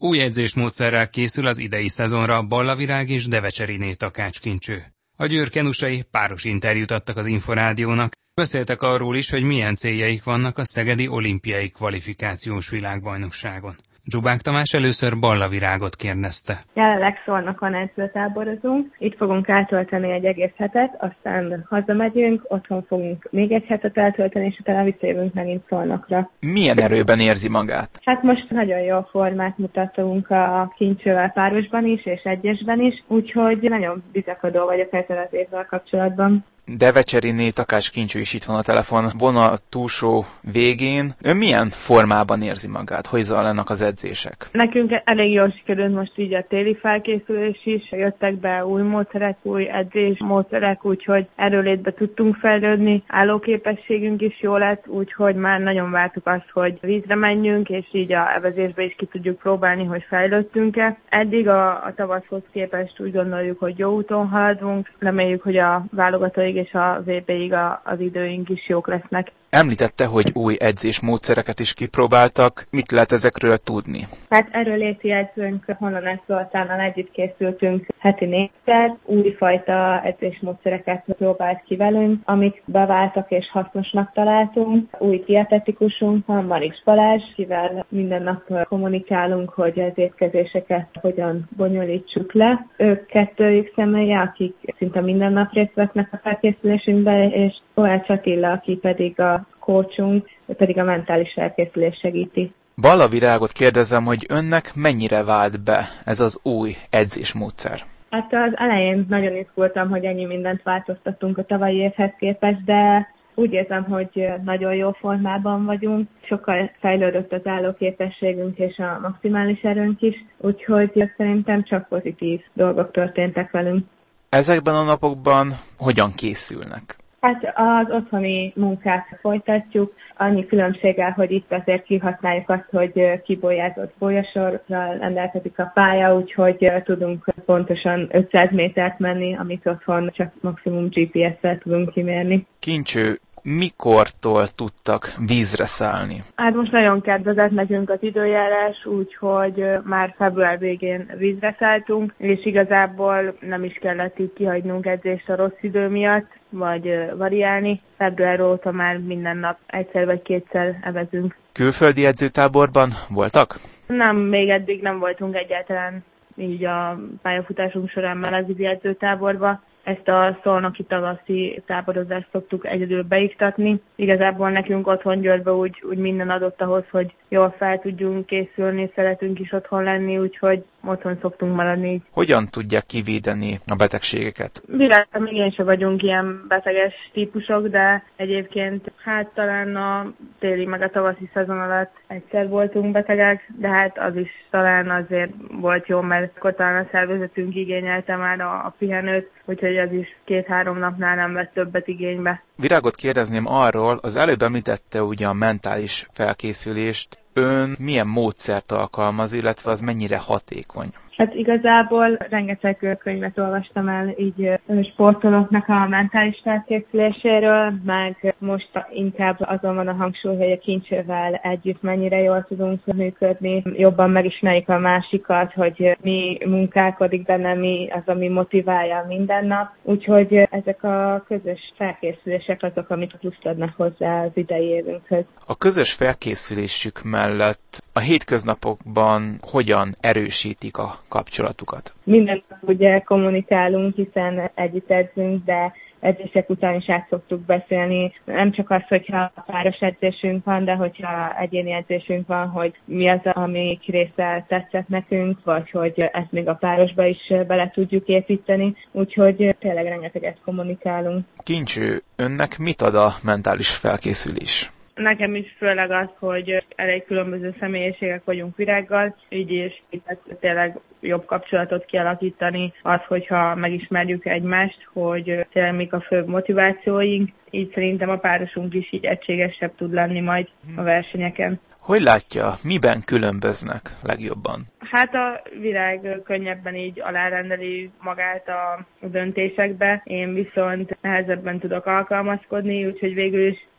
Új edzésmódszerrel készül az idei szezonra Balla Virág és Devecseriné Takács Kincső. A győrkenusai páros interjút adtak az Inforádiónak, beszéltek arról is, hogy milyen céljaik vannak a szegedi olimpiai kvalifikációs világbajnokságon. Zsubák Tamás először Balla Virágot kérdezte. Jelenleg Szolnokon edzőtáborozunk, itt fogunk eltölteni egy egész hetet, aztán hazamegyünk, otthon fogunk még egy hetet eltölteni, és utána visszajövünk megint Szolnokra. Milyen erőben érzi magát? Hát most nagyon jó formát mutatunk a Kincsővel párosban is, és egyesben is, úgyhogy nagyon bizakodó vagyok ezzel az évvel kapcsolatban. Devecseriné Takács Kincső is itt van a telefonvonal túlsó végén. Ön milyen formában érzi magát? Hogy zajlanak az edzések? Nekünk elég jól sikerült most így a téli felkészülés is. Jöttek be új módszerek, új edzésmódszerek, úgyhogy erőlétbe tudtunk fejlődni. Állóképességünk is jó lett, úgyhogy már nagyon vártuk azt, hogy vízre menjünk, és így a evezésbe is ki tudjuk próbálni, hogy fejlődtünk-e. Eddig a tavaszhoz képest úgy gondoljuk, hogy jó úton haladunk. Reméljük, hogy a válogatói és a VB-ig az időink is jók lesznek. Említette, hogy új edzésmódszereket is kipróbáltak. Mit lehet ezekről tudni? Hát erőléti edzőnk Honnan Zoltánnal együtt készültünk heti 4-szer. Újfajta edzésmódszereket próbált ki velünk, amik beváltak és hasznosnak találtunk. Új dietetikusunk van, Marics Balázs, kivel minden nap kommunikálunk, hogy az étkezéseket hogyan bonyolítsuk le. Ők kettőjük személye, akik szinte minden nap részt vesznek a felkészülésünkben, és Kovács Attila, aki pedig a coachunk, pedig a mentális felkészülés segíti. Balla Virágot kérdezem, hogy önnek mennyire vált be ez az új edzésmódszer? Hát az elején nagyon izgultam, hogy ennyi mindent változtattunk a tavalyi évhez képest, de úgy érzem, hogy nagyon jó formában vagyunk, sokkal fejlődött az állóképességünk és a maximális erőnk is, úgyhogy szerintem csak pozitív dolgok történtek velünk. Ezekben a napokban hogyan készülnek? Hát az otthoni munkát folytatjuk, annyi különbséggel, hogy itt azért kihasználjuk azt, hogy kibolyázott bolyasorral rendelkezik a pálya, úgyhogy tudunk pontosan 500 métert menni, amit otthon csak maximum GPS-szel tudunk kimérni. Kincső, mikortól tudtak vízre szállni? Hát most nagyon kedvezett nekünk az időjárás, úgyhogy már február végén vízre szálltunk, és igazából nem is kellett így kihagynunk edzést a rossz idő miatt, vagy variálni. Február óta már minden nap egyszer vagy kétszer evezünk. Külföldi edzőtáborban voltak? Nem, még eddig nem voltunk egyáltalán így a pályafutásunk során melegvízi edzőtáborba. Ezt a szolnoki tavaszi táborozást szoktuk egyedül beiktatni. Igazából nekünk otthon Győrbe úgy minden adott ahhoz, hogy jól fel tudjunk készülni, szeretünk is otthon lenni, úgyhogy otthon szoktunk maradni. Hogyan tudják kivédeni a betegségeket? Világban még én sem vagyunk ilyen beteges típusok, de egyébként hát talán a téli meg a tavaszi szezon alatt egyszer voltunk betegek, de hát az is talán azért volt jó, mert akkor talán a szervezetünk igényelte már a pihenőt, úgyhogy az is 2-3 napnál nem vett többet igénybe. Virágot kérdezném arról, az előbb említette ugye a mentális felkészülést. Ön milyen módszert alkalmaz, illetve az mennyire hatékony? Hát igazából rengeteg könyvet olvastam el így sportolóknak a mentális felkészüléséről, meg most inkább azon van a hangsúly, hogy a Kincsővel együtt mennyire jól tudunk működni, jobban megismerjük a másikat, hogy mi munkálkodik benne, mi az, ami motiválja minden nap. Úgyhogy ezek a közös felkészülések azok, amit plusz adnak hozzá az idei évünkhöz. A közös felkészülésük mellett a hétköznapokban hogyan erősítik a kapcsolatukat? Minden nap ugye kommunikálunk, hiszen együtt edzünk, de edzések után is át szoktuk beszélni. Nem csak az, hogyha páros edzésünk van, de hogyha egyéni edzésünk van, hogy mi az, amelyik része tetszett nekünk, vagy hogy ezt még a párosba is bele tudjuk építeni. Úgyhogy tényleg rengeteget kommunikálunk. Kincső, önnek mit ad a mentális felkészülés? Nekem is főleg az, hogy elég különböző személyiségek vagyunk Virággal, így is tényleg jobb kapcsolatot kialakítani, az, hogyha megismerjük egymást, hogy tényleg mik a főbb motivációink, így szerintem a párosunk is így egységesebb tud lenni majd a versenyeken. Hogy látja, miben különböznek legjobban? Hát a Virág könnyebben így alárendeli magát a döntésekbe, én viszont nehezebben tudok alkalmazkodni, úgyhogy végül is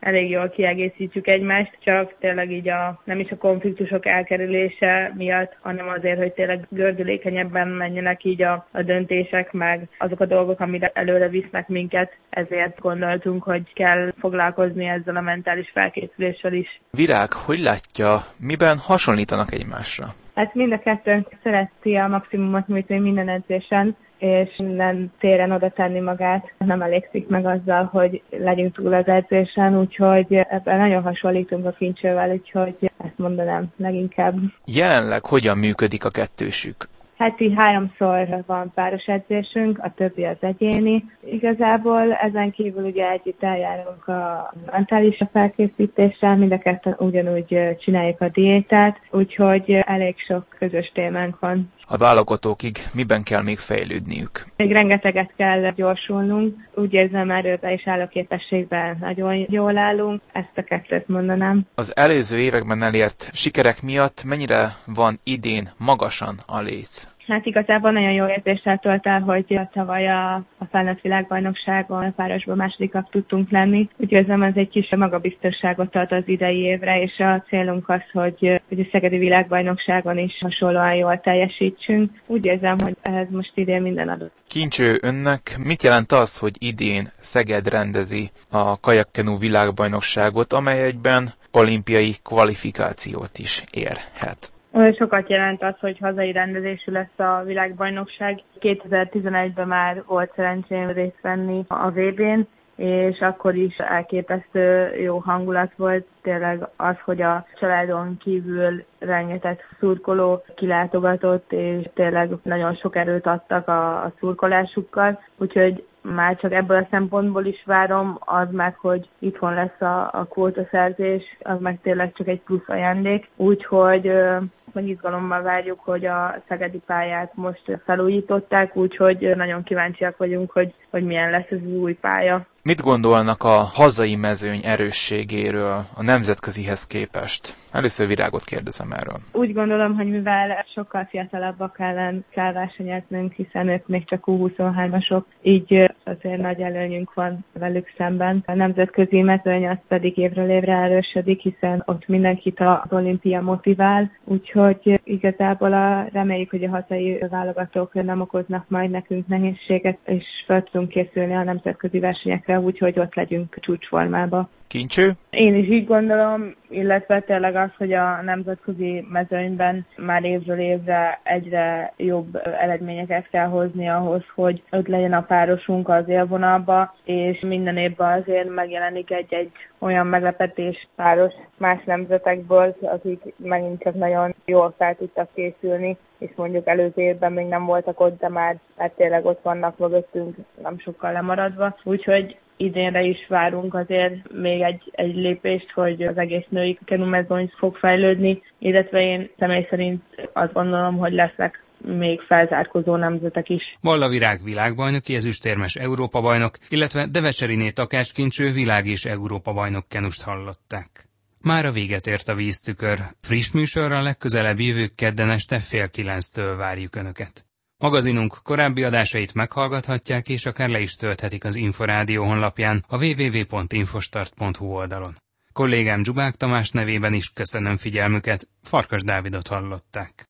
elég jól kiegészítjük egymást, csak tényleg így nem is a konfliktusok elkerülése miatt, hanem azért, hogy tényleg gördülékenyebben menjenek így a döntések, meg azok a dolgok, amire előre visznek minket, ezért gondoltunk, hogy kell foglalkozni ezzel a mentális felkészüléssel is. Virág, hogy látja, miben hasonlítanak egymásra? Hát mind a kettőnk szereti a maximumot nyújtani minden edzésen, és minden téren oda tenni magát. Nem elégszik meg azzal, hogy legyünk túl az edzésen, úgyhogy ebben nagyon hasonlítunk a Kincsővel, úgyhogy ezt mondanám leginkább. Jelenleg hogyan működik a kettősük? Heti 3-szor van páros edzésünk, a többi az egyéni. Igazából ezen kívül ugye együtt eljárunk a mentális felkészítéssel, mind a ketten ugyanúgy csináljuk a diétát, úgyhogy elég sok közös témánk van. A válogatókig miben kell még fejlődniük? Még rengeteget kell gyorsulnunk. Úgy érzem, erőben és állóképességben nagyon jól állunk. Ezt a kettőt mondanám. Az előző években elért sikerek miatt mennyire van idén magasan a léc? Hát igazából nagyon jó érzéssel tölt el, hogy tavaly a felnőtt világbajnokságon a párosban másodikak tudtunk lenni. Úgy érzem, ez egy kis magabiztosságot ad az idei évre, és a célunk az, hogy a szegedi világbajnokságon is hasonlóan jól teljesítsünk. Úgy érzem, hogy ehhez most idén minden adott. Kincső, önnek mit jelent az, hogy idén Szeged rendezi a kajakkenu világbajnokságot, amely egyben olimpiai kvalifikációt is érhet? Sokat jelent az, hogy hazai rendezésű lesz a világbajnokság. 2011-ben már volt szerencsém részt venni a VB-n, és akkor is elképesztő jó hangulat volt. Tényleg az, hogy a családon kívül rengeteg szurkoló kilátogatott, és tényleg nagyon sok erőt adtak a szurkolásukkal. Úgyhogy már csak ebből a szempontból is várom, az meg, hogy itthon lesz a kvótaszerzés, az meg tényleg csak egy plusz ajándék. Úgyhogy izgalommal várjuk, hogy a szegedi pályát most felújították, úgyhogy nagyon kíváncsiak vagyunk, hogy milyen lesz ez az új pálya. Mit gondolnak a hazai mezőny erősségéről a nemzetközihez képest? Először Virágot kérdezem erről. Úgy gondolom, hogy mivel sokkal fiatalabbak ellen kell versenyeznünk, hiszen ők még csak U23-asok, így azért nagy előnyünk van velük szemben. A nemzetközi mezőny az pedig évről évre erősödik, hiszen ott mindenkit az olimpia motivál, úgyhogy igazából reméljük, hogy a hazai válogatók nem okoznak majd nekünk nehézséget, és fel tudunk készülni a nemzetközi versenyekre, úgyhogy ott legyünk csúcsformába. Kincső? Én is így gondolom, illetve tényleg az, hogy a nemzetközi mezőnyben már évről évre egyre jobb eredményeket kell hozni ahhoz, hogy ott legyen a párosunk az élvonalba, és minden évben azért megjelenik egy olyan meglepetés páros más nemzetekből, akik megint csak nagyon jól fel tudtak készülni, és mondjuk előző évben még nem voltak ott, de már tényleg ott vannak mögöttünk, nem sokkal lemaradva. Úgyhogy idénre is várunk azért még egy lépést, hogy az egész női kenumezőny fog fejlődni, illetve én személy szerint azt gondolom, hogy lesznek még felzárkózó nemzetek is. Balla Virág világbajnoki, ezüstérmes Európa-bajnok, illetve Devecseriné Takács Kincső világ- és Európa-bajnok kenust hallották. Mára véget ért a Víztükör. Friss műsorra legközelebb jövő kedden este 8:30-től várjuk Önöket. Magazinunk korábbi adásait meghallgathatják, és akár le is tölthetik az Inforádió honlapján, a www.infostart.hu oldalon. Kollégám Zsubák Tamás nevében is köszönöm figyelmüket, Farkas Dávidot hallották.